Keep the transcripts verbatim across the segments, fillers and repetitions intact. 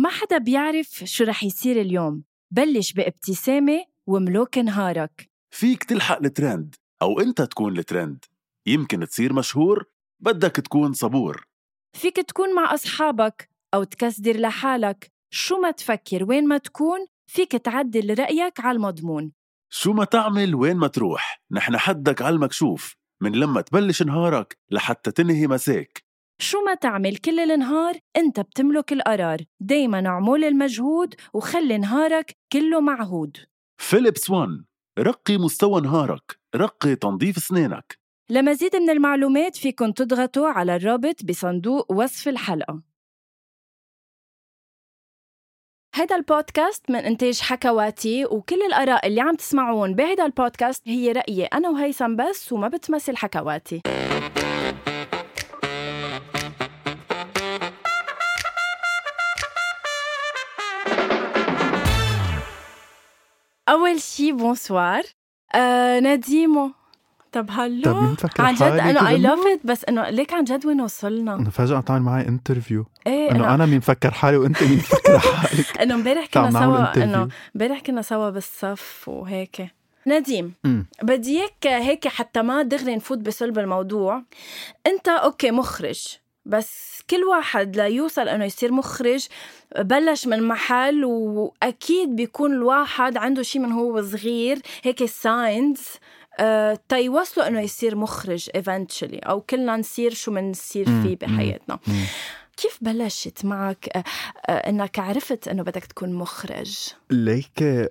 ما حدا بيعرف شو رح يصير اليوم. بلش بابتسامة وملوك نهارك. فيك تلحق الترند أو أنت تكون الترند. يمكن تصير مشهور، بدك تكون صبور. فيك تكون مع أصحابك أو تكسدر لحالك. شو ما تفكر وين ما تكون، فيك تعدل رأيك على المضمون. شو ما تعمل وين ما تروح، نحن حدك على المكشوف. من لما تبلش نهارك لحتى تنهي مساك. شو ما تعمل كل النهار، انت بتملك القرار. دايما اعمل المجهود وخلي نهارك كله معهود. فيليبس وان، رقي مستوى نهارك، رقي تنظيف سنينك. لمزيد من المعلومات فيكن تضغطوا على الرابط بصندوق وصف الحلقة. هيدا البودكاست من إنتاج حكواتي، وكل الآراء اللي عم تسمعون بهيدا البودكاست هي رأيي أنا وهيثم بس، وما بتمثل حكواتي. أول شي بونسوار آه نديمو. طب هلو. طب مين فكر عن جد حالي أنا I كده؟ love it، بس إنه ليك عن جد وين وصلنا؟ أنا فجأة تعمل معي انترفيو. إيه إنه أنا أنا مين فكر حالي وأنت مين فكر حالك. إنه امبارح كنا سوا، إنه امبارح كنا سوا بالصف وهيك. نديم م. بدي إياك هيك حتى ما دغري نفوت بصلب الموضوع. أنت أوكي مخرج، بس كل واحد لا يوصل أنه يصير مخرج بلش من محل، وأكيد بيكون الواحد عنده شيء من هو صغير هيك ساينز أه تيوصلوا أنه يصير مخرج eventually، أو كلنا نصير شو من نصير فيه بحياتنا. م. كيف بلشت معك أه أه أنك عرفت أنه بدك تكون مخرج؟ ليك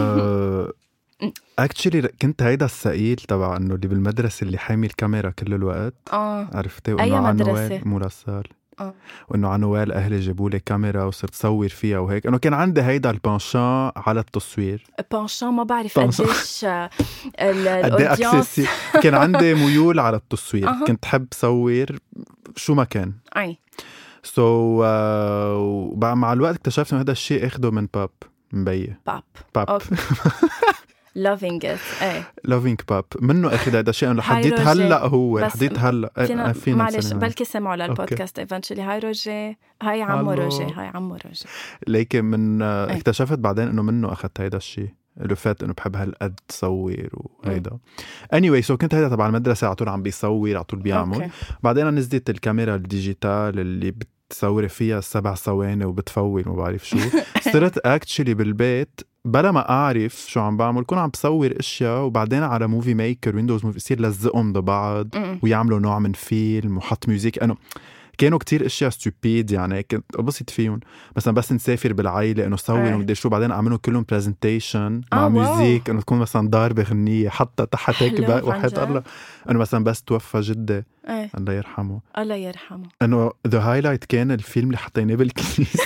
أه اكتشلي كنت هيدا السئيل تبع انه اللي بالمدرسه اللي حامي الكاميرا كل الوقت. اه عرفتي؟ اي وانه مدرسه؟ مرسال. اه وانه عنوال اهلي جابوا لي كاميرا وصرت صور فيها وهيك. انه كان عندي هيدا البانشان على التصوير. بانشان ما بعرف قديش الاودينس. كان عندي ميول على التصوير. أه. كنت حب صور شو ما كان. اي سو so, uh, مع الوقت اكتشفت انه هذا الشيء اخده من باب مبي باب باب loving it. ايه loving باب منه اخذ هذا الشيء. انه حديت هلا هو حديت هلا فينا فينا معلش بلكي سمعوا للبودكاست eventually. هاي روجي، هاي عمو روجي، هاي عمو روجي. لكن من ايه. اكتشفت بعدين انه منه اخذت هذا الشيء. رفات انه بحب هالقد صور وهيدا. anyway so كنت هيدا تبع المدرسه على طول عم بيصور، على طول بيعمل. بعدين نزلت الكاميرا الديجيتال اللي بتصوري فيها سبع ثواني وبتفول ما بعرف شو. صرت اكتشلي بالبيت بلا ما اعرف شو عم بعمل كون عم بصور اشياء، وبعدين على موفي ميكر ويندوز موفي يصير لزقهم ببعض ويعملوا نوع من فيلم وحط ميوزيك. انه كانوا كتير اشياء ستوبيد يعني كنت انبسط فيهم. مثلا بس نسافر بالعائله انه صور ومدري شو، بعدين اعملوا كلهم برزنتيشن مع آه ميوزيك، انه تكون مثلا ضاربه غنيه حتى تحت هيك وحيت الله. انه مثلا بس توفى جدي ايه. الله يرحمه الله يرحمه. انه ذا هايلايت كان الفيلم اللي حطيناه بالكنيسه.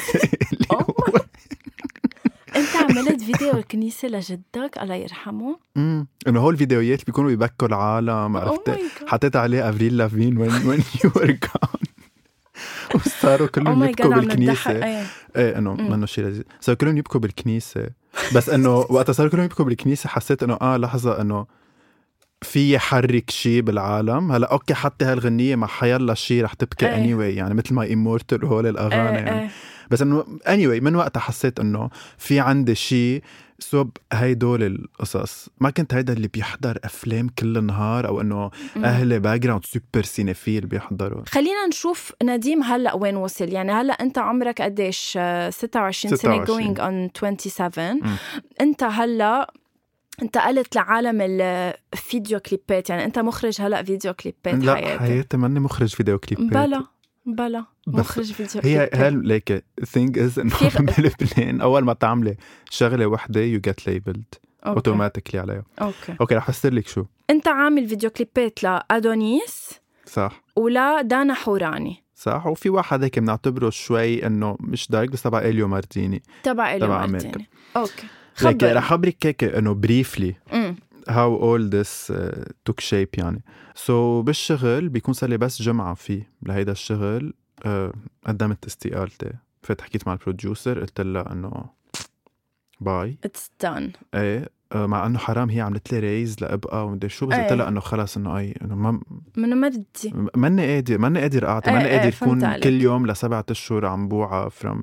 انت عملت فيديو الكنيسه لجدك الله يرحمه؟ امم انه هول الفيديوهات اللي بيكونوا بيبكوا العالم. عرفت؟ حطيت عليه افريل لافين وين وين يو ار جون، وصاروا كلهم يبكوا بالكنيسه. ايه انه منه شيء لذيذ. صاروا كلهم يبكوا بالكنيسه، بس انه وقت صاروا كلهم يبكوا بالكنيسه حسيت انه اه لحظه انه في يحرك شيء بالعالم. هلا اوكي حتى هالغنيه مع حيالله شيء رح تبكي أيه. anyway يعني مثل ما immortal وهول الاغاني. أيه. يعني أيه. بس انه anyway من وقتها حسيت انه في عندي شيء سب هيدول القصص. ما كنت هيدا اللي بيحضر افلام كل النهار، او انه اهلي باك جراوند سوبر سينيفيل بيحضروا. خلينا نشوف نديم هلا وين وصل. يعني هلا انت عمرك قديش؟ ستة وعشرين سنه going on سبعة وعشرين. م. انت هلا انتقلت لعالم الفيديو كليبات، يعني انت مخرج هلا فيديو كليبات. لا حياتي حياتي ماني مخرج فيديو كليبات. بلا بلا مخرج فيديو هي كليبات. هل ليك thing is انه بلبنان اول ما تعملي شغله وحده you get labeled automatically عليها. اوكي اوكي رح افسر لك شو. انت عامل فيديو كليبات لأدونيس صح، ولا دانا حوراني صح، وفي واحد هيك بنعتبره شوي انه مش دايركت بس تبع إليو مارتيني. تبع إليو مارتيني. اوكي لك رح أخبرك هيك انه بريفلي how all this uh, took shape يعني. so بالشغل بيكون صار لي بس جمعة فيه لهيدا الشغل. uh, قدمت استقالتي، فت حكيت مع البروديوسر قلت لها انه باي it's done. ايه مع انه حرام هي عملت لي ريز لابقى ومدري شو، بس قلت لها انه خلاص انه اي انه ما منو ما بدي ماني قادر ماني قادر اعطي ماني قادر يكون كل يوم لسبعة اشهر عم بوعى from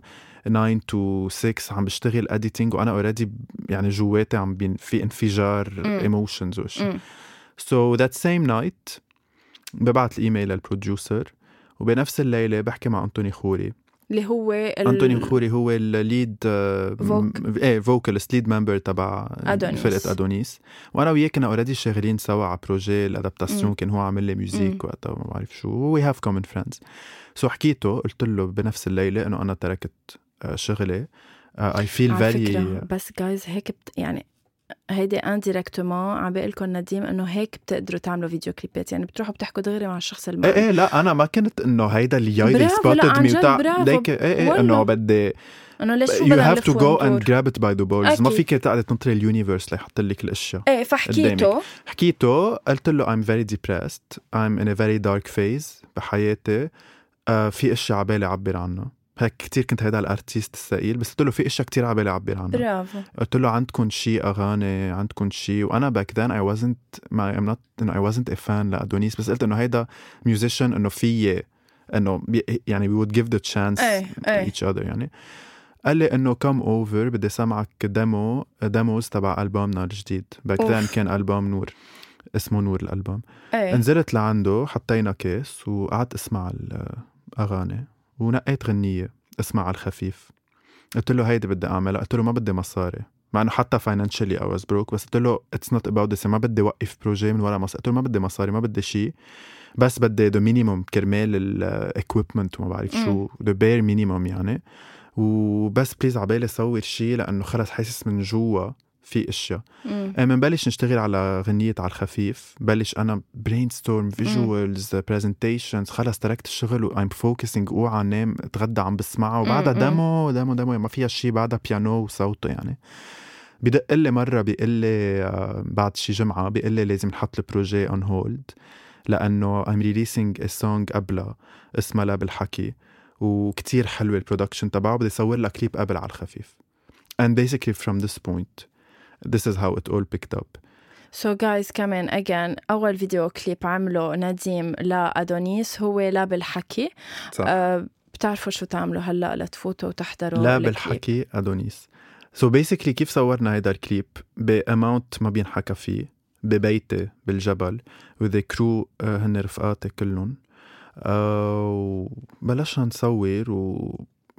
nine to six عم بشتغل editing وأنا already يعني جواتي عم بين في انفجار emotions وشي. so that same night ببعت الإيميل للبروديوسر وبنفس الليلة بحكي مع أنتوني خوري اللي هو ال... أنتوني خوري هو الليد فوك... ايه فوكالست ليد ممبر تبع فرقة أدونيس. وأنا وياه كنا اوريدي شغالين سوا على بروجي الأدابتاسيون. كان هو عامل لي ميوزيك وقتها وما بعرف شو. we have common friends. سو so حكيته قلت له بنفس الليلة إنه أنا تركت شغلي. uh, I feel very بس guys هيك بت... يعني هيدي انديركتومون عم بقول لكم نديم انه هيك بتقدروا تعملوا فيديو كليبات. يعني بتروحوا بتحكوا دغري مع الشخص المعني. ايه ايه لا انا ما كنت انه هيدا اللي ياي سبوتد مي وتاع ديك. ايه ايه انه بدي انه ليش شو بدنا you have to go and grab it by the balls. ما فيك تقعد تنطري اليونيفرس ليحط لك الاشياء. ايه فحكيته حكيته قلت له I'm very depressed, I'm in a very dark phase بحياتي. آه في اشياء عبالي عبر عنها. هيك كتير كنت هيدا الارتيست الثقيل بس قلت له في اشياء كتير عبالي عبر عنها. برافو. قلت له عندكم شيء اغاني عندكم شيء. وانا back then I wasn't my I'm not I wasn't a fan لأدونيس بس قلت انه هيدا musician انه في انه يعني we would give the chance أي. to أي. each other. يعني قال لي انه come over بدي سمعك ديمو ديموز تبع ألبومنا الجديد. back then كان ألبوم نور اسمه نور الألبوم. أي. نزلت لعنده حطينا كيس وقعدت اسمع الأغاني ونقيت غنية اسمع على الخفيف. قلت له هيدي بدي أعملها. قلت له ما بدي مصاري مع أنه حتى financially I was broke بس قلت له it's not about this. ما بدي وقف بروجي من ولا مصاري. قلت له ما بدي مصاري ما بدي شيء بس بدي the minimum كرمال ال equipment وما بعرف شو the bare minimum يعني. وبس بليز عبالي صور شيء لأنه خلص حاسس من جوا في اشياء. من بلش نشتغل على غنية على الخفيف. بلش انا brainstorm visuals presentations. خلص تركت الشغل و I'm focusing اوعى نام اتغدى عم بسمعها وبعدها ديمو ديمو ديمو ما فيها شيء بعدها بيانو وصوته. يعني بدق لي مرة بيقول لي آه بعد شي جمعة بيقول لي لازم نحط البروجي on hold لأنه I'm releasing a song قبلها اسمها لا بالحكي وكتير حلوة البرودكشن تبعه بدي صور لها كليب قبل على الخفيف. and basically from this point this is how it all picked up. So guys كمان again أول فيديو كليب عمله نديم لأدونيس هو لا بالحكي. صح. أه بتعرفوا شو تعملوا هلأ لتفوتوا وتحضروا لا بالحكي أدونيس. So basically كيف صورنا هيدا الكليب بأماونت ما بينحكى فيه ببيتي بالجبل with the crew. uh, هن رفقاتي كلهم. uh, وبلشنا نصور و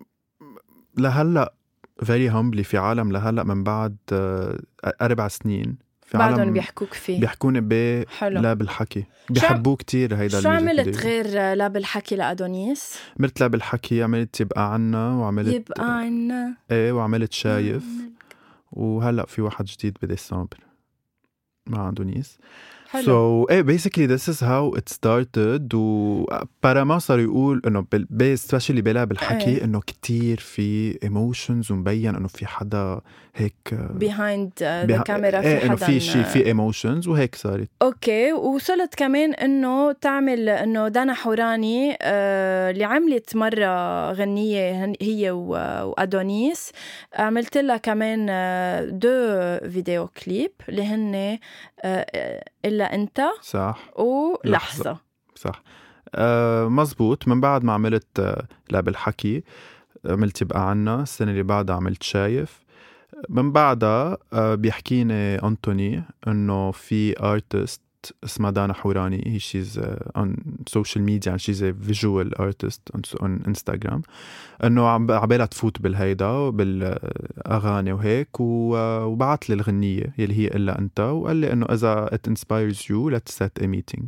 لهلأ very humbly في عالم لهلأ من بعد أربع سنين في بعدهم بيحكوك فيه بيحكوني ب لا بالحكي بيحبوه كتير هيدا. شو عملت غير لا بالحكي لأدونيس؟ عملت لا بالحكي عملت يبقى عنا وعملت يبقى عنا ايه وعملت شايف وهلأ في واحد جديد بديسمبر مع أدونيس. So eh, basically this is how it started. و بارما صار يقول إنه بال especially بلا بالحكي أيه. إنه كتير في emotions ومبين إنه في حدا هيك behind the camera في إيه حدا إنه في شيء في emotions وهيك صارت. أوكي. وصلت كمان إنه تعمل إنه دانا حوراني آه اللي عملت مرة غنية هي وأدونيس عملت لها كمان آه دو فيديو كليب اللي هن آه إلا أنت صح ولحظة. صح. آه مزبوط. من بعد ما عملت آه لا بالحكي عملت يبقى عنا. السنة اللي بعدها عملت شايف. من بعدها آه بيحكيني أنتوني إنه في artist اسمها دانا حوراني. هي she's uh, on social media and she's a visual artist on, on Instagram. إنه عبالها تفوت بالهيدا بالأغاني وهيك وبعت لي الغنية يلي هي إلا أنت وقال لي إنه إذا it inspires you let's set a meeting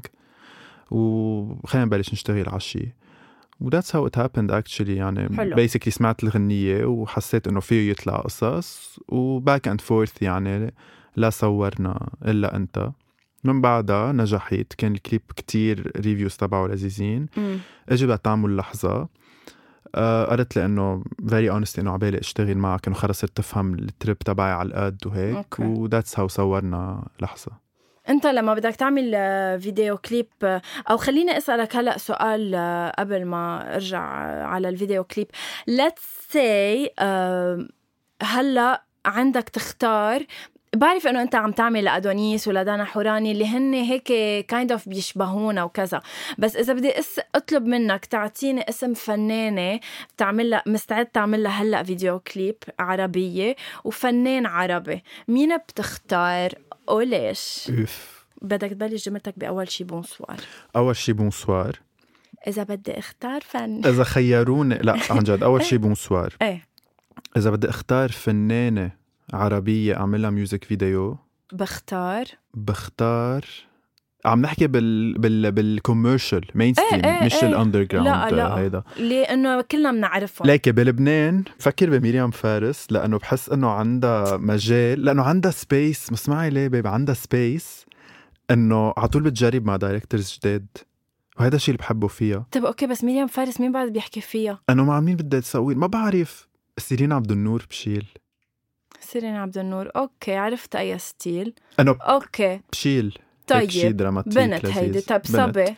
وخلينا نبلش نشتغل على شيء. و that's how it happened actually. يعني حلو. basically سمعت الغنية وحسيت إنه فيه يطلع قصص و back and forth يعني لا صورنا إلا أنت. من بعدها نجحت. كان الكليب كتير ريفيوز تبعه لذيذين. اجي بقى تعمل لحظة. آه قلت لي انه very honest انه عبالي اشتغل معك انه خلص صرت تفهم التريب تبعي على القد وهيك. و that's how صورنا لحظة. انت لما بدك تعمل فيديو كليب او خليني اسألك هلأ سؤال قبل ما ارجع على الفيديو كليب. let's say آه هلأ عندك تختار بعرف انه انت عم تعمل لأدونيس ولدانا حوراني اللي هن هيك kind of بيشبهونا وكذا، بس اذا بدي أس اطلب منك تعطيني اسم فنانة بتعمل لها مستعد تعمل لها هلا فيديو كليب عربية وفنان عربي، مين بتختار وليش؟ اوف. بدك تبلش جملتك باول شي بونسوار. اول شي بونسوار. اذا بدي اختار فن اذا خيروني لا عن جد اول شي بونسوار. ايه اذا بدي اختار فنانة عربية اعملها ميوزك فيديو بختار بختار عم نحكي بال بال بالكوميرشال مين ستريم ايه ايه مش ايه. الاندر جراوند. لا لا هيدا لانه كلنا بنعرفهم. ليكي بلبنان فكر بميريام فارس لانه بحس انه عندها مجال، لانه عندها سبيس. مسمعي ليه بيبي عندها سبيس انه على طول بتجرب مع دايركتورز جداد، وهذا الشيء اللي بحبه فيها. طب اوكي بس ميريام فارس مين بعد بيحكي فيها؟ انه مع مين بدها تسوي ما بعرف. سيرين عبد النور بشيل. سيرين عبد النور اوكي عرفت اي ستيل. انه اوكي بشيل طيب شيء دراماتيك بنت لذيذ. هيدي. طب بنت. صبي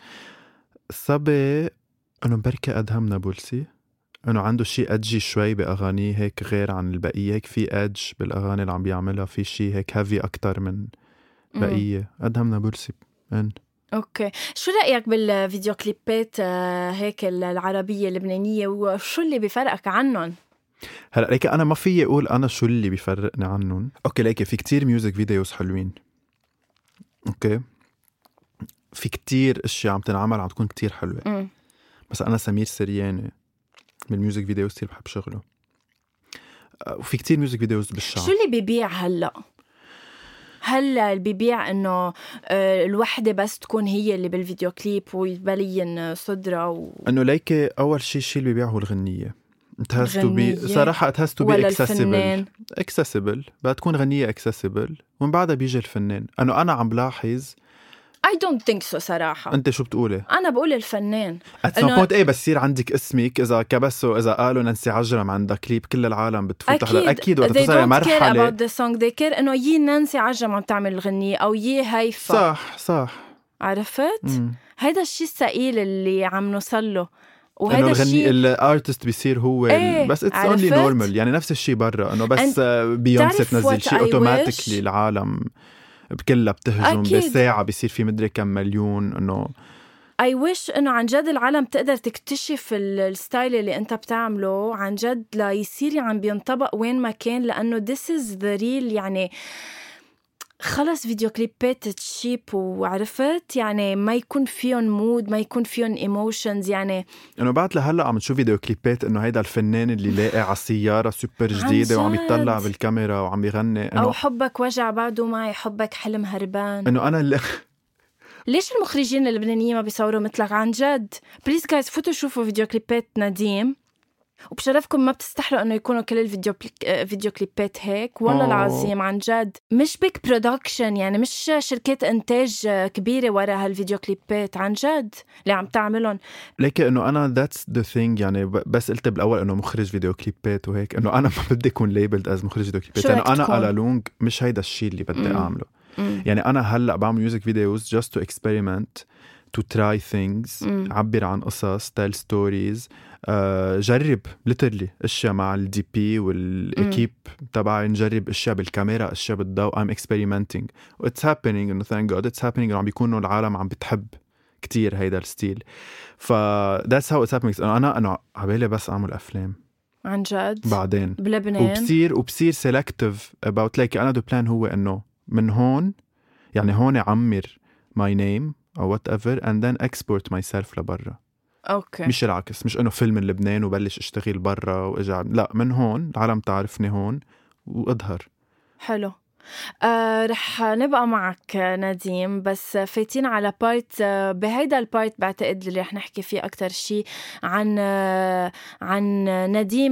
صبي انه بركة ادهم نابلسي، انه عنده شيء ادجي شوي باغانيه هيك غير عن البقيه، هيك في ادج بالاغاني اللي عم بيعملها، في شيء هيك هافي اكتر من بقيه. ادهم نابلسي. ان اوكي شو رايك بالفيديو كليبات آه، هيك العربيه اللبنانيه وشو اللي بيفرقك عنهم؟ هلا ليك انا ما فيي اقول انا شو اللي بيفرقني عنهم. اوكي ليك في كتير ميوزك فيديوز حلوين، اوكي في كتير اشياء عم تنعمل عم تكون كتير حلوه. مم. بس انا سمير سرياني بالميوزك فيديوز كتير بحب شغله، وفي كتير ميوزك فيديوز بالشعب. شو اللي بيبيع هلا؟ هلا اللي بيبيع انه آه، الوحده بس تكون هي اللي بالفيديو كليب ويبين صدرها و... انه ليك اول شيء الشيء اللي بيبيعه الغنيه. it has to be صراحه it has to be ولا accessible الفنان. accessible بدها تكون غنيه accessible، ومن بعدها بيجي الفنان. انه انا عم بلاحظ I don't think so صراحة. انت شو بتقولي؟ أنا بقول الفنان at some point ايه بس يصير عندك اسمك اذا كبسوا اذا قالوا نانسي عجرم عندها كليب كل العالم بتفوت تحضر. اكيد وقت توصل لمرحله they don't care about the song they care انه يي نانسي عجرم عم تعمل الغنية او يي هيفا. صح صح عرفت؟ مم. هيدا الشيء الثقيل اللي عم نوصل له، وهيدا الغني الشيء الارتست بيصير هو ايه ال... بس it's عرفت؟ only normal. يعني نفس الشيء برا انه بس بيونسي تنزل شيء اوتوماتيكلي العالم بكلها بتهجم أكيد. بساعة بيصير في مدري كم مليون. انه I wish انه عن جد العالم تقدر تكتشف الستايل اللي انت بتعمله عن جد لا يصير عم بينطبق وين ما كان، لانه this is the real. يعني خلص فيديو كليبات تشيب وعرفت يعني ما يكون فيهم مود، ما يكون فيهم ايموشنز. يعني انه بعد لهلا عم تشوف فيديو كليبات انه هيدا الفنان اللي لاقي على السيارة سوبر جديدة وعم يطلع بالكاميرا وعم يغني إنه او حبك وجع بعده معي، حبك حلم هربان. انه انا اللي ليش المخرجين اللبنانيين ما بيصوروا مثلك عن جد؟ بليز جايز فوتوا شوفوا فيديو كليبات نديم، وبشرفكم ما بتستحلوا انه يكونوا كل الفيديو بليك... فيديو كليبات هيك. والله أوه. العظيم عن جد مش بيك برودكشن، يعني مش شركات انتاج كبيره ورا هالفيديو كليبات عن جد اللي عم تعملهم. ليك انه انا that's the thing. يعني بس قلت بالاول انه مخرج فيديو كليبات وهيك، انه انا ما بدي اكون ليبلد از مخرج فيديو كليبات، لانه انا على لونج مش هيدا الشيء اللي بدي اعمله. مم. يعني انا هلا بعمل ميوزك فيديوز just to experiment to try things. مم. عبر عن قصص tell stories. Uh, جرب literally اشياء مع الدي بي والاكيب تبعي، نجرب اشياء بالكاميرا اشياء بالضوء. I'm experimenting it's happening انه thank God it's happening. عم بيكونوا العالم عم بتحب كتير هيدا الستيل. ف that's how it's happening. انا انا عبالي بس اعمل افلام عن جد بعدين بلبنان، وبصير وبصير selective about like انا دو بلان هو انه من هون يعني هون عمر my name او whatever and then export myself لبرا. اوكي مش العكس، مش انه فيلم من لبنان وبلش اشتغل برا واجع، لا من هون العالم تعرفني هون واظهر. حلو. آه رح نبقى معك نديم، بس فايتين على بارت آه بهيدا البارت بعتقد اللي رح نحكي فيه أكتر شيء عن آه عن نديم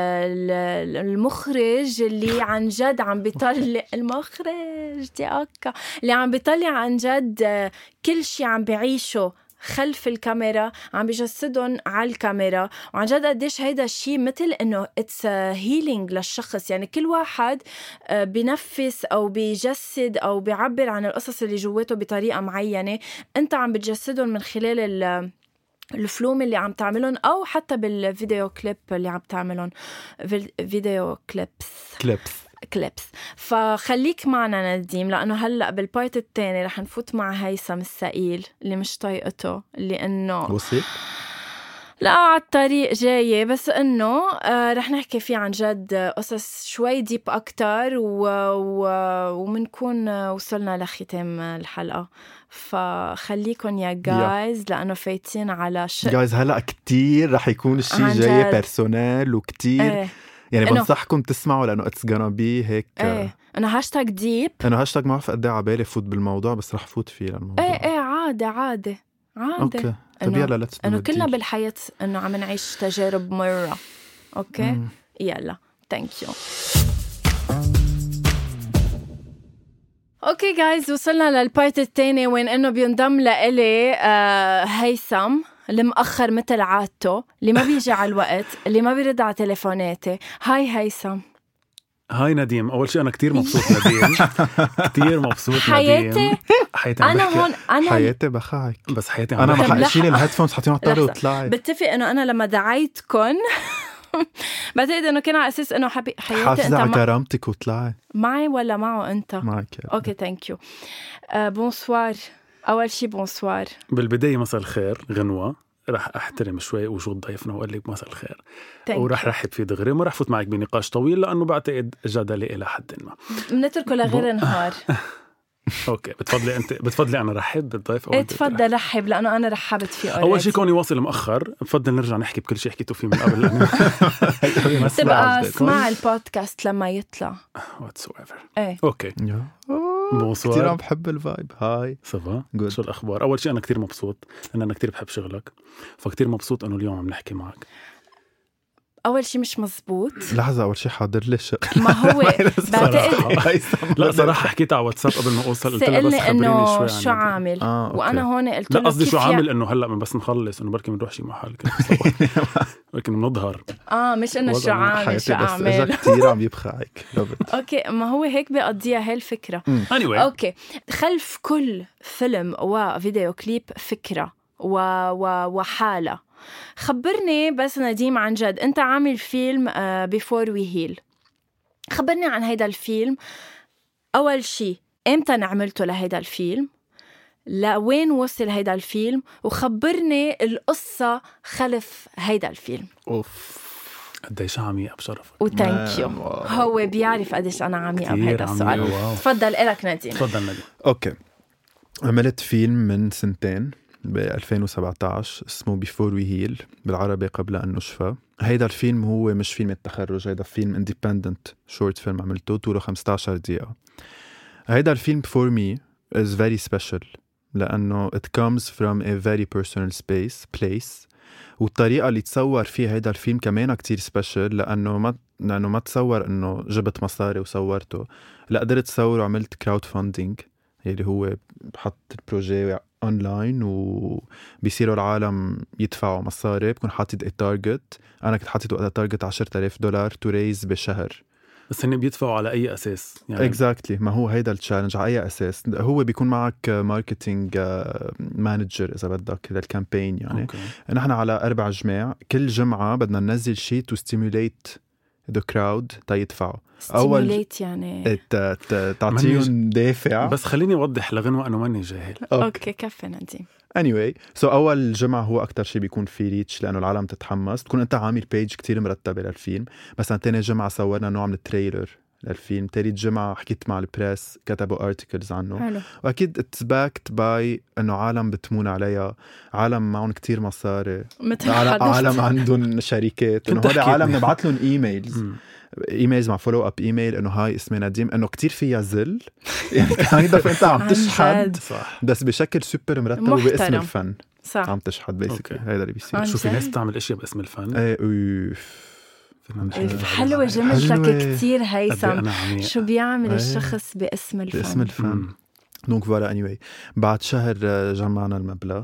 المخرج اللي عن جد عم بيطلع المخرج دي أكا اللي عم بيطلع عن جد آه كل شيء عم بيعيشه خلف الكاميرا عم بيجسدهم على الكاميرا، وعن جد قديش هيدا الشيء مثل انه اتس هيلينج للشخص. يعني كل واحد بنفس او بيجسد او بيعبر عن القصص اللي جواته بطريقة معينة، انت عم بتجسدهم من خلال الفلوم اللي عم تعملهم او حتى بالفيديو كليب اللي عم تعملهم. فيديو كليبس كليبس كليبس. فخليك معنا نديم، لأنه هلأ بالبارت الثاني رح نفوت مع هيثم الثقيل اللي مش طايقته، اللي إنه وصل لا على الطريق جاية، بس إنه آه رح نحكي فيه عن جد قصص شوي ديب أكتر و... و... ومنكون وصلنا لختام الحلقة. فخليكن يا جايز لأنه فايتين على شيء جايز هلأ كتير رح يكون الشيء جاي بيرسونال وكتير ايه. يعني بنصحكم تسمعوا لأنه it's gonna be هيك ايه. أنا هاشتاج ديب، أنا هاشتاج ما بعرف قد ايه عبالي فوت بالموضوع، بس رح فوت فيه للموضوع. ايه ايه عادة عادة عادة. اوكي طب يلا let's do إنه كلنا بالحياة إنه عم نعيش تجارب مرة. أوكي مم. يلا thank you. اوكي جايز وصلنا للبارت الثاني وين انه بينضم لإلي آه هيثم المأخر مثل عادته، اللي ما بيجي على الوقت، اللي ما بيرد على تليفوناتي. هاي هيثم. هاي نديم. أول شيء أنا كتير مبسوط نديم. كتير مبسوط حياتي. نديم. حياتي أنا هون أنا حياتي بخاك بس حياتي أنا ما حقشيل الهيدفونز حاطين على الطاولة وطلعي. بتفق إنه أنا لما دعيتكن بعتقد إنه كان على أساس إنه حبي حياتي حافظة على كرامتك وطلعي معي ولا معه أنت؟ معك. أوكي ثانك يو. بونسوار. أول شي بونسوار. بالبداية مساء الخير غنوة. رح أحترم شوي وجود ضيفنا وأقول لك مساء الخير ورح رحب فيه دغري وما رح فوت معك بنقاش طويل لأنه بعتقد جدلي إلى حد ما بنتركه لغير نهار. اوكي بتفضلي انت بتفضلي انا رحب بالضيف او ايه تفضل رحب لانه انا رحبت فيه already. اول شيء كوني واصل مأخر بفضل نرجع نحكي بكل شيء حكيتوا فيه من قبل لانه تبقى اسمع البودكاست لما يطلع whatsoever. ايه اوكي بونسوار. كتير عم بحب الفايب. هاي صبا شو الاخبار؟ اول شيء انا كتير مبسوط لان انا كتير بحب شغلك، فكتير مبسوط انه اليوم عم نحكي معك. أول شيء مش مزبوط. لحظة أول شيء حاضر ليش ما هو بعتقد لا صراحة حكيت على واتساب قبل ما أوصل قلت له بس خبريني شوي شو عامل آه، وأنا هون قلت له لا قصدي شو عامل إنه هلا من بس نخلص إنه بركي بنروح شي محل بركي بنظهر آه مش إنه شو عامل شو عامل كتير عم يبخعك. أوكي ما هو هيك بقضيها هاي الفكرة. anyway. أوكي خلف كل فيلم وفيديو كليب فكرة و... و... وحالة. خبرني بس نديم عن جد أنت عامل فيلم uh, Before We Heal. خبرني عن هيدا الفيلم. أول شي إمتى نعملته لهيدا الفيلم، لوين وصل هيدا الفيلم، وخبرني القصة خلف هيدا الفيلم. أوف قديش عميقة بشرفك. وتانكيو. هو بيعرف قديش أنا عميقة بهيدا السؤال. تفضل إلك نديم. تفضل نديم. أوكي عملت فيلم من سنتين ب ألفين وسبعة عشر اسمه Before We Heal بالعربي قبل أن نشفى. هيدا الفيلم هو مش فيلم التخرج، هيدا فيلم independent short film عملته طوله خمسة عشر دقيقة. هيدا الفيلم for me is very special لأنه it comes from a very personal space place، والطريقة اللي تصور فيها هيدا الفيلم كمان كتير special لأنه ما لأنه ما تصور إنه جبت مصاري وصورته، لا قدرت تصوره وعملت crowd funding اللي هو بحط البروجي اونلاين وبيصيروا العالم يدفعوا مصاري. بكون حاطط التارجت، انا كنت حاطط وقتها تارجت عشرة آلاف دولار تو ريز بشهر. بس هن بيدفعوا على اي اساس يعني؟ اكزاكتلي exactly. ما هو هيدا التشالنج على اي اساس. هو بيكون معك ماركتينج مانجر اذا بدك للكامبين يعني. okay. نحن على اربع جماع، كل جمعه بدنا ننزل شيء تو ستيموليت ذا كراود تيدفعوا. اول يعني تعطيهم دافع. بس خليني اوضح لغنوة انه ماني جاهل. اوكي كفي نديم. anyway so اول جمعه هو اكتر شيء بيكون في ريتش لانه العالم تتحمس، تكون انت عامل بيج كتير مرتبه للفيلم. مثلا تاني جمعه صورنا نوع من التريلر للفيلم، تالت جمعة حكيت مع البريس كتبوا ارتكلز عنه. حلو. واكيد اتس باكت باي انه عالم بتمون عليها، عالم معهم كتير مصاري، عالم عندهم شركات، انه هذا عالم نبعث لهم ايميلز ايميلز مع فولو اب ايميل انه هاي اسمي نديم، انه كتير فيها زل يعني كان انت عم تشحد بس بشكل سوبر مرتب وباسم الفن. صح. عم تشحد بيسكلي هذا اللي بيصير. شو في ناس بتعمل اشياء باسم الفن. ايه حلوة جملتك كتير هيثم. شو بيعمل الشخص باسم الفن. باسم الفن. دونك فوالا اني بعد شهر جمعنا المبلغ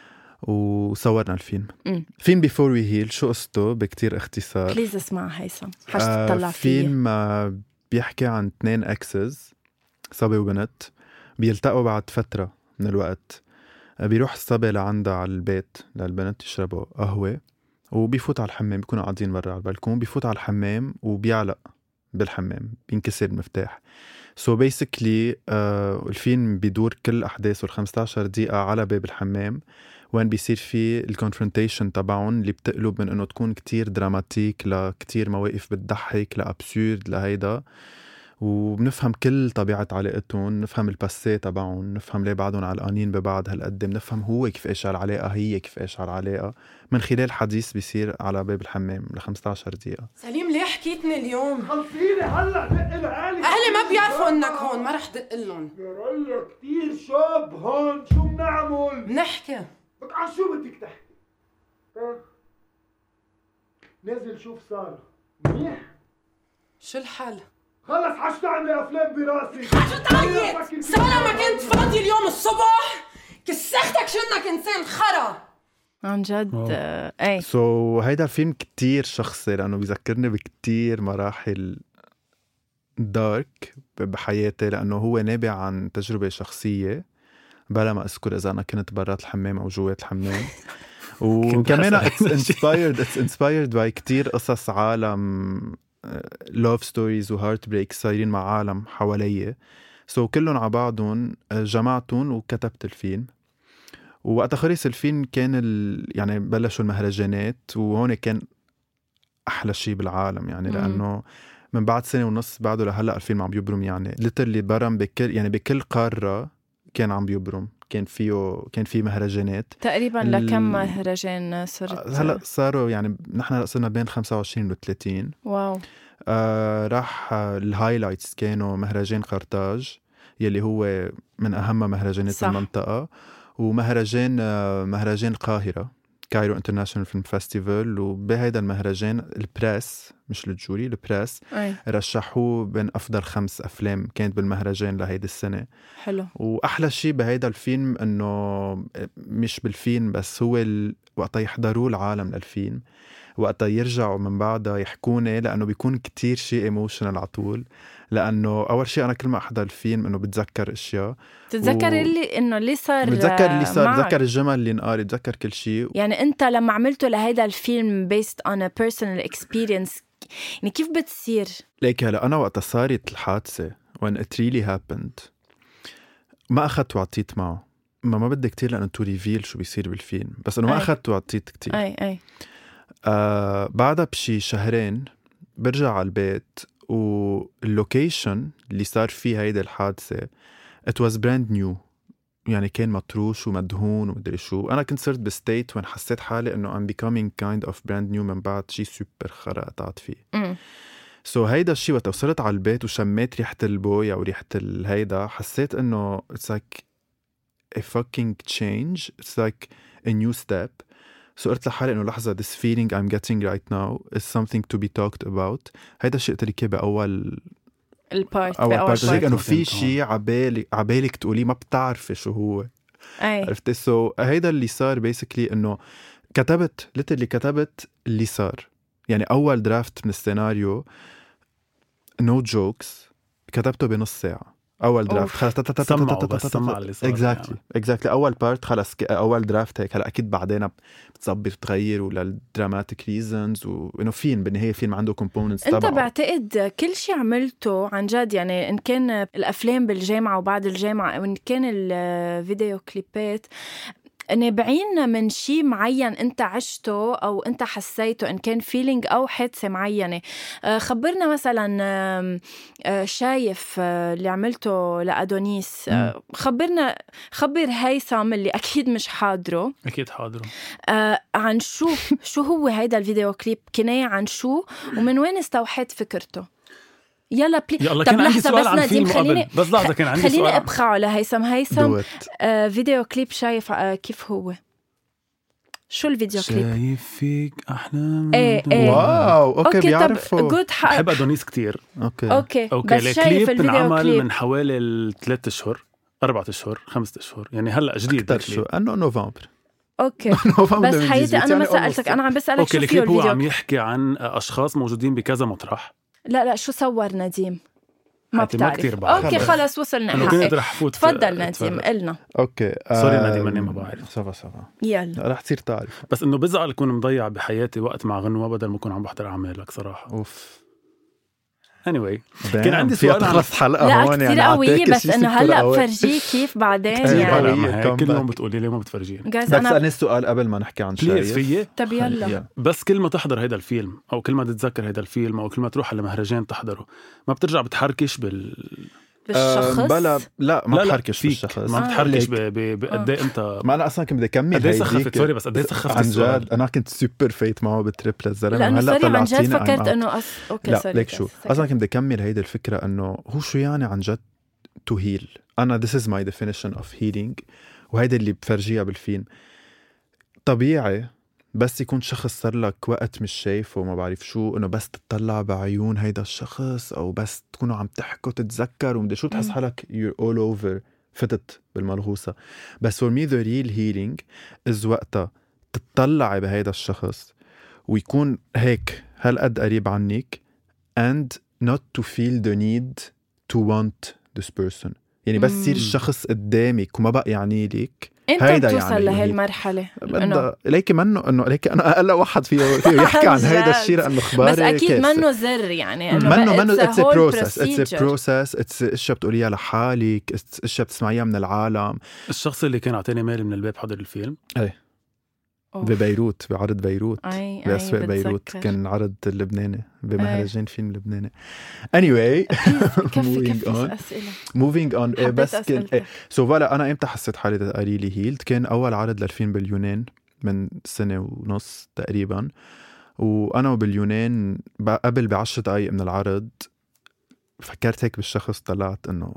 وصورنا الفيلم. م. فيلم Before We Heal شو قصته بكتير اختصار؟ بليز اسمع هيثم حاجة تطلع فيه. فيلم آه بيحكي عن اثنين اكسز، صبي وبنت، بيلتقوا بعد فترة من الوقت. آه بيروح الصبي لعندها على البيت للبنت يشربوا قهوة، وبيفوت على الحمام، بيكونوا قاعدين برا على البلكون، بيفوت على الحمام وبيعلق بالحمام بينكسر المفتاح. سو so بيسكلي uh, الفيلم بيدور كل أحداثه الخمسة عشر دقيقة على باب الحمام، وين بيصير فيه الكونفرونتيشن تبعون اللي بتقلب من إنه تكون كتير دراماتيك لكتير مواقف بتضحك لأبسورد لهيدا، وبنفهم كل طبيعة علاقتهم، نفهم الباسيه تبعهم، نفهم ليه بعضهم علقانين ببعض هالقد، نفهم هو كيف إيش هالعلاقة، هي كيف إيش هالعلاقة، من خلال حديث بيصير على باب الحمام ل خمسة عشر دقيقة. سليم ليه حكيتني اليوم؟ خلصيني هلا دق لأهلي. أهلي ما بيعرفوا إنك هون، ما رح دق لهم. يا كتير شاب هون، شو بنعمل؟ بنحكي. بك عن شو بدك تحكي؟ نزل شوف سارة منيح؟ شو الحل؟ خلص حشت عندي أفلام براسي. شو تعيط؟ سارة ما كنت فاضي اليوم الصبح؟ كسختك شو إنك إنسان خرا. عن جد. آه، اي سو so, هيدا الفيلم كتير شخصي لأنه بيذكرني بكتير مراحل دارك بحياتي، لأنه هو نابع عن تجربة شخصية بلا ما أذكر إذا أنا كنت برات الحمام أو جوات الحمام. وكمان it's inspired it's inspired by كتير قصص عالم love stories و heartbreaks صايرين مع عالم حواليه. سو so, كلهم على بعضهم جمعتهم وكتبت الفيلم. ووقت خلص الفيلم كان ال... يعني بلشوا المهرجانات، وهون كان أحلى شيء بالعالم يعني، لأنه من بعد سنة ونص بعده لهلأ الفيلم عم بيبرم، يعني ليترلي برم بكل يعني بكل قارة كان عم بيبرم، كان فيه كان فيه مهرجانات تقريبا ال... لكم مهرجان صرت هلأ صاروا يعني نحن صرنا بين خمسة وعشرين و ثلاثين. واو. آه راح الهايلايتس كانوا مهرجان قرطاج يلي هو من أهم مهرجانات صح. المنطقة، ومهرجان مهرجان القاهرة كايرو انترناشونال فيلم فيستيفال. وبهيدا المهرجان البريس مش الجوري البريس أي. رشحوه بين أفضل خمس أفلام كانت بالمهرجان لهيدي السنة. حلو. وأحلى شيء بهيدا الفيلم أنه مش بالفيلم بس، هو ال... وقتا يحضروا العالم للفيلم، وقتا يرجعوا من بعدها يحكوني، لأنه بيكون كتير شيء ايموشنال عطول. لأنه أول شيء أنا كل ما أحضر الفيلم أنه بتذكر أشياء، تتذكر و... اللي إنه اللي صار، بتذكر اللي صار، بتذكر الجمل اللي انقال، بتذكر كل شيء. يعني أنت لما عملته لهيدا الفيلم based on a personal experience، يعني كيف بتصير؟ ليك هلا أنا وقت صارت الحادثة when it really happened ما أخذت وعطيت معه، ما ما بدي كتير لأنه تو ريفيل شو بيصير بالفيلم، بس أنه ما أخذت وعطيت كتير. أي أي. آه بعدها بشي شهرين برجع على البيت، واللوكيشن اللي صار فيه هيدا الحادثة it was brand new، يعني كان مطروش ومدهون ومدري شو. أنا كنت صرت بستيت وين حسيت حالي إنه I'm becoming kind of brand new من بعد شي سوبر خرا قطعت فيه. سو so هيدا الشي وقت وصلت على البيت وشميت ريحة البويا وريحة الهيدا، حسيت إنه it's like a fucking change, it's like a new step. سو قلت لحالي إنه لحظة this feeling I'm getting right now is something to be talked about. هيدا الشيء تركيه بأول البارت أول بارت هيك إنه في شيء عبالي عبالك تقولي ما بتعرفي شو هو. أي. عرفتي؟ سو هيدا اللي صار basically إنه كتبت ليترلي كتبت اللي صار، يعني أول درافت من السيناريو no jokes كتبته بنص ساعة. أول درافت خلص سمعوا بس سمع اللي صار exactly exactly أول بارت خلص أول درافت هيك. هلا أكيد بعدين بتظبط وتغير ولا dramatic reasons، وإنه فين بالنهاية فيلم عنده components تبعه. أنت بعتقد كل شيء عملته عن جد، يعني إن كان الأفلام بالجامعة وبعد الجامعة، وإن كان الفيديو كليبات، نابعين من شيء معين أنت عشته أو أنت حسيته، إن كان فيلينج أو حادثة معينة. خبرنا مثلا شايف اللي عملته لأدونيس، خبرنا خبر هيثم اللي أكيد مش حاضره. أكيد حاضره. عن شو شو هو هيدا الفيديو كليب، كناية عن شو ومن وين استوحيت فكرته؟ يلا بلي. يلا كان عندي سؤال عن فيلم قبل، بس لحظة كان عندي خليني سؤال. خليني أبقى على هيثم. هيثم آه فيديو كليب شايف آه كيف هو؟ شو الفيديو كليب؟ شايف فيك أحلام. ايه ايه. واو أوكي, أوكي بيعرفوا. بحب أدونيس كتير. أوكي أوكي, أوكي. بس شايف الفيديو انعمل من حوالي الثلاث أشهر أربعة أشهر خمسة أشهر، يعني هلأ جديد. أكتر شو أنه نوفمبر. اوكي بس حياتي انا ما سالتك، انا عم بسالك شو فيه الفيديو. هو عم يحكي عن اشخاص موجودين بكذا مطرح. لا لا شو صور نديم ما بتعرف. ما اوكي خلص وصلنا. انا كنت رح فوت. تفضل نديم قلنا. اوكي سوري نديم اني ما بعرف. صفا صفا يلا رح تصير تعرف. بس انه بزعل اكون مضيع بحياتي وقت مع غنوة بدل ما اكون عم بحضر اعمالك صراحه. اوف anyway كان عندي سؤال تخلص حلقة لا هون كتير يعني قوية بس انه هلا فرجيه كيف بعدين يعني كل يوم بتقولي لي ما بتفرجيني. بس انا السؤال قبل ما نحكي عن شايف فيي طب يلا بس كل ما تحضر هيدا الفيلم او كل ما تتذكر هيدا الفيلم او كل ما تروح على مهرجان تحضره ما بترجع بتحركش بال بالشخص بلا لا ما لا بحركش بالشخص ما آه. بتحركش بقد ايه انت ما انا اصلا كنت بدي اكمل قد ايه سخفت سوري بس قد ايه سخفت عن جد انا كنت سوبر فايت معه بالتريب للزلمه لانه سوري عن جد فكرت انه أص... اوكي لا سوري ليك شو اصلا كنت بدي اكمل هيدي الفكره انه هو شو يعني عن جد تو هيل. انا this is my definition of healing وهيدا اللي بفرجيها بالفيلم. طبيعي بس يكون شخص صار لك وقت مش شايفه وما بعرف شو انه بس تطلع بعيون هيدا الشخص او بس تكونوا عم تحكوا تتذكر ومدري شو تحس حالك you're all over فتت بالملغوصة. بس for me the real healing is وقتها تطلعي بهيدا الشخص ويكون هيك هالقد قريب عنك and not to feel the need to want this person. يعني بس يصير الشخص قدامك وما بقى يعني ليك انت توصل يعني لهي المرحله انه ليك منه انه ليك انا اقل واحد فيه فيه يحكي عن هيدا الشيء لانه اخباري بس اكيد منه زر يعني انه منه منه اتس ا بروسس اتس ا بروسس اتس اشياء بتقوليها لحالك اشياء بتسمعيها من العالم. الشخص اللي كان عطاني مالي من الباب حضر الفيلم اي ببيروت بعرض بيروت بأسواق بيروت كان عرض اللبناني بمهرجان فيلم لبناني. anyway moving on moving on بس كان سو فوالا أنا إمتى حسيت حالي تقريلي هيلد كان أول عرض للفيلم باليونان من سنة ونص تقريبا وأنا باليونان قبل بعشر دقايق من العرض فكرت هيك بالشخص طلعت إنه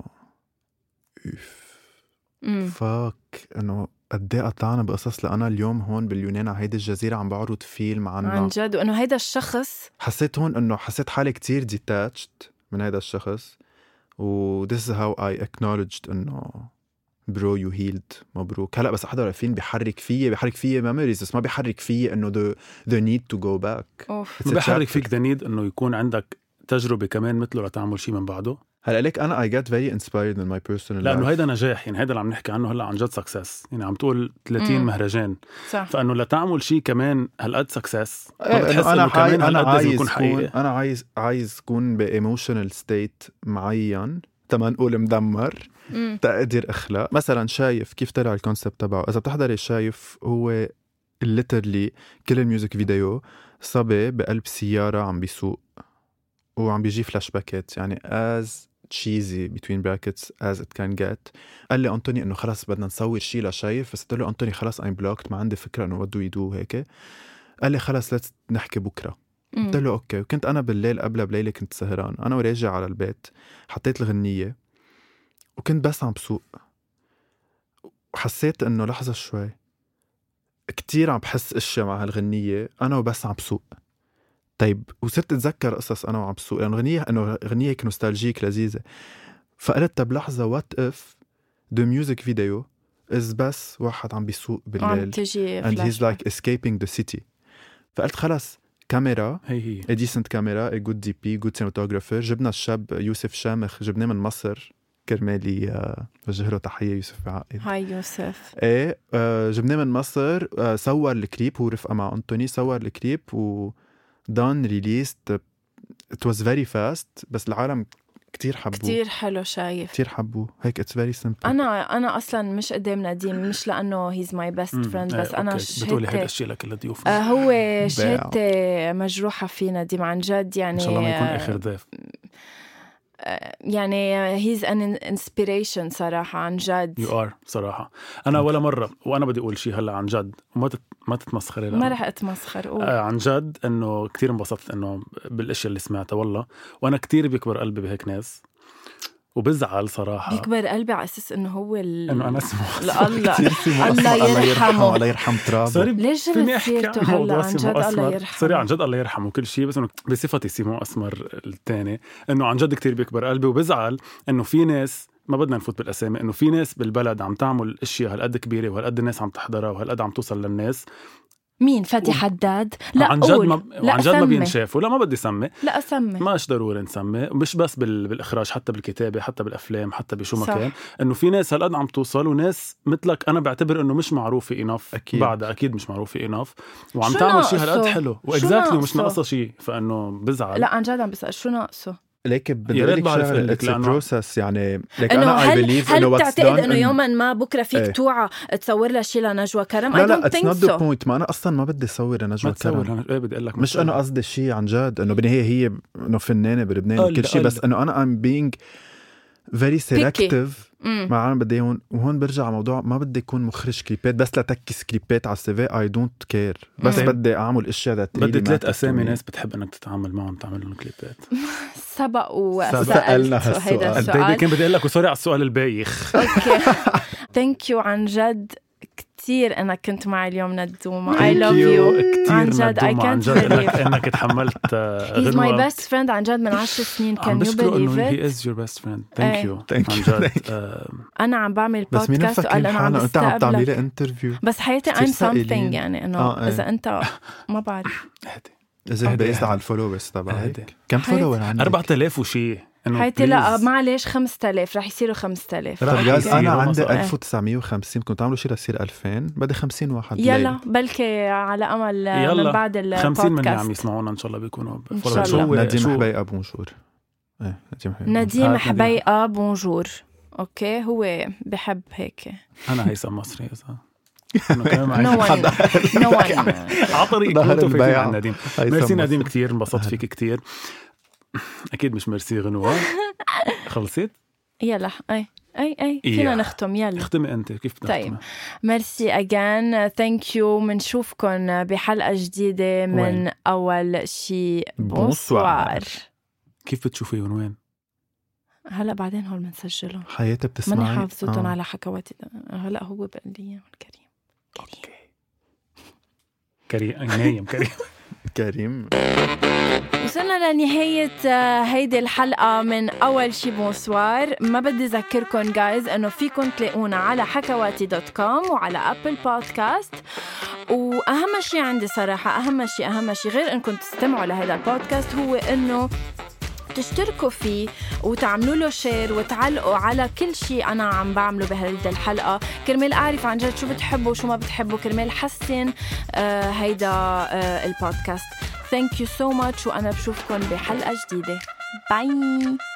فاك إنه قد ايه قطعنا بقصص لأنا اليوم هون باليونان على هيدي الجزيرة عم بعرض فيلم عنه عن جد وإنه هيدا الشخص حسيت هون إنه حسيت حالي كتير detached من هيدا الشخص و this is how I acknowledged إنه برو you healed مبروك. هلأ بس أحضر الفيلم بيحرك فيي بيحرك فيي memories بس ما بيحرك فيي إنه the, the need to go back. ما بيحرك فيك the need إنه يكون عندك تجربة كمان مثله لتعمل شيء من بعده. هلا ليك انا I get very inspired in my personal life لانه هيدا نجاح يعني هيدا اللي عم نحكي عنه هلا عن جد سكسس يعني عم تقول ثلاثين مم. مهرجان صح. فانه لتعمل شيء كمان هالقد سكسس بتحس انه كمان انا عايز يكون حقيقي. انا عايز عايز اكون بايموشنال ستيت معين تما نقول مدمر تقدر اخلاق. مثلا شايف كيف طلع الكونسبت تبعه اذا بتحضري شايف هو literally كل الميوزك فيديو صبي بقلب سياره عم بيسوق وعم بيجي فلاش باكيت يعني as cheesy between brackets as it can get. قال لي أنتوني إنه خلاص بدنا نصور شيء لشايف بس قلت له أنتوني خلاص I'm blocked ما عندي فكرة إنه what do we do هيك. قال لي خلاص let's نحكي بكرة. قلت له أوكي. وكنت أنا بالليل قبل بليلة كنت سهران أنا وراجع على البيت حطيت الغنية وكنت بس عم بسوق وحسيت إنه لحظة شوي كتير عم بحس إشياء مع هالغنية أنا وبس عم بسوق. طيب وصرت أتذكر قصص أنا وعم بسوق لأنه غنية إنه غنية هيك نوستالجيك لذيذة. فقلت طب لحظة what if the music video is بس واحد عم بيسوق بالليل and he's like escaping the city. فقلت خلاص كاميرا هي هي a decent كاميرا a good دي بي good cinematographer. جبنا الشاب يوسف شامخ جبناه من مصر كرمالي وجه له تحية يوسف بعقد. هاي يوسف. ايه جبناه من مصر صور الكليب هو رفقة مع أنتوني صور الكليب و done released it was very fast بس العالم كتير حبوه كتير حلو شايف كتير حبوه هيك it's very simple. أنا أنا أصلاً مش قدام نديم مش لأنه he's my best friend بس أنا شهدت بتقولي هيك أشياء لك اللي ضيوف آه هو شهدت مجروحة في نديم عن جد يعني إن شاء الله ما يكون آخر ضيف يعني he's an inspiration صراحة عن جد. you are صراحة. أنا ولا مرة وأنا بدي أقول شيء هلا عن جد وما تت ما تتمسخري ما رح أتمسخر آه عن جد إنه كتير انبسطت إنه بالأشياء اللي سمعتها والله وأنا كتير بيكبر قلبي بهيك ناس وبزعل صراحة بيكبر قلبي على أساس إنه هو ال... إنه أنا اسمه الله الله يرحمه الله يرحم تراب. ليش جبت سيرته هلا عن جد الله يرحمه سوري عن جد الله يرحمه كل شيء بس إنه بصفتي سيمو أسمر الثاني إنه عن جد كتير بيكبر قلبي وبزعل إنه في ناس ما بدنا نفوت بالأسامي إنه في ناس بالبلد عم تعمل أشياء هالقد كبيرة وهالقد الناس عم تحضرها وهالقد عم توصل للناس. مين فادي و... حداد؟ لا عن جد ما عن جد ما بينشافوا. لا ما بدي سمي لا أسمي ماش ضروري نسمي مش بس بال... بالإخراج حتى بالكتابة حتى بالأفلام حتى بشو مكان إنه في ناس هالقد عم توصل وناس مثلك أنا بعتبر إنه مش معروفة إناف بعد أكيد مش معروفة إناف وعم تعمل شيء هالقد حلو وإكزاكتلي ومش ناقصة شيء فإنه بزعل. لا عن جد عم بسأل شو ناقصه لكن بدي يا اقول ريت لك بعرف شغله لك، لأنه- بروسس يعني لك انه انا اي هل بليف هل انه بتعتقد انه يوما ما بكره فيك ايه. توعى تصور لها شي لنجوى كرم؟ لا I لا don't اتس think نوت ذا so. بوينت. ما انا اصلا ما بدي اصور ما نجوى تصور كرم، انا ايه بدي اقول لك مش انا قصدي شيء عن جد انه بالنهايه هي انه فنانه بلبنان وكل شيء، بس انه انا ام بينج فيري سيلكتيف مع انا بدي هون. وهون برجع موضوع ما بدي اكون مخرج كليبات بس لتكي سكريبات على السي في. اي دونت كير، بس مم. بدي اعمل اشياء ذات بدي ثلاث اسامي ناس بتحب انك تتعامل معهم تعمل لهم كليبات. سبق وسألت سألنا هيدا هالسؤال. السؤال. كان بدي اقول لك وسوري على السؤال البايخ. اوكي ثانك يو عن جد كتير انك كنت معي اليوم ندومة. I Thank love you. you عن جد. I عن can't جد انك believe انك تحملت he's my غنوة. best friend عن جد من عشر سنين. عم can you بشكره believe انه he it؟ is your best friend. ايه. thank you Thank عن you. جد. Thank you. آه، انا عم بعمل بس مين بودكاست مفكرين وقال انا عم حالنا انت عم تعملي لي بستقبلك، انترفيو؟ بس حياتي كتير I'm سائلين. something يعني انه آه، ايه. اذا انت ما بعرف. هادي اذا هادي، بيست هادي. على الفولورز هادي. تبعك كم حياتي. فولور عندك؟ أربعة آلاف وشي. إنه حياتي لا please. معلش خمسة آلاف رح يصيروا خمسة آلاف. رح طب جايز يصيروا انا عندي مصاري. ألف وتسعمية وخمسين، كنت عامله شيء لصير ألفين، بدي خمسين واحد. يلا بلكي على امل يلا من بعد البودكاست خمسين من اللي عم يسمعونا ان شاء الله بيكونوا إن follow. شاء شو الله. هو- نديم شو- حبيقة بونجور. ايه نديم حبيقة. نديم هات نديم. حبيقة بونجور. اوكي هو بحب هيك. انا هيثم مصري اذا إنه كمان معي no one حدا no one عطري ظهر كنتوا فايتين البيع. عن نديم. هيثم ميرسي مصري. نديم كتير، انبسطت فيك كتير. اكيد مش ميرسي غنوة. خلصت؟ يلا اي اي اي فينا إيه. نختم. يلا اختمي انت كيف بدك طيب. تختمي؟ ميرسي اجان. ثانك يو. منشوفكن بحلقة جديدة من وين؟ اول شي بونسوار. بونسوار. كيف بتشوفيهم وين؟ هلا بعدين هول منسجلهم حياتي بتسمعي ماني حافظتهم آه. على حكواتي. هلا هو بقول لي كريم كريم كريم نايم كريم. كريم. وصلنا لنهاية آه، هيدي الحلقة من أول شي بونسوار. ما بدي أذكركم جايز أنه فيكم تلاقونا على حكواتي دوت كوم وعلى أبل بودكاست. وأهم شي عندي صراحة، أهم شي أهم شي غير أنكم تستمعوا لهذا البودكاست، هو أنه تشتركوا فيه وتعملوا له شير وتعلقوا على كل شيء أنا عم بعمله بهيدا الحلقة، كرمال أعرف عن جد شو بتحبوا وشو ما بتحبوا، كرمال حسن آه هيدا آه البودكاست. Thank you so much وأنا بشوفكن بحلقة جديدة. باي.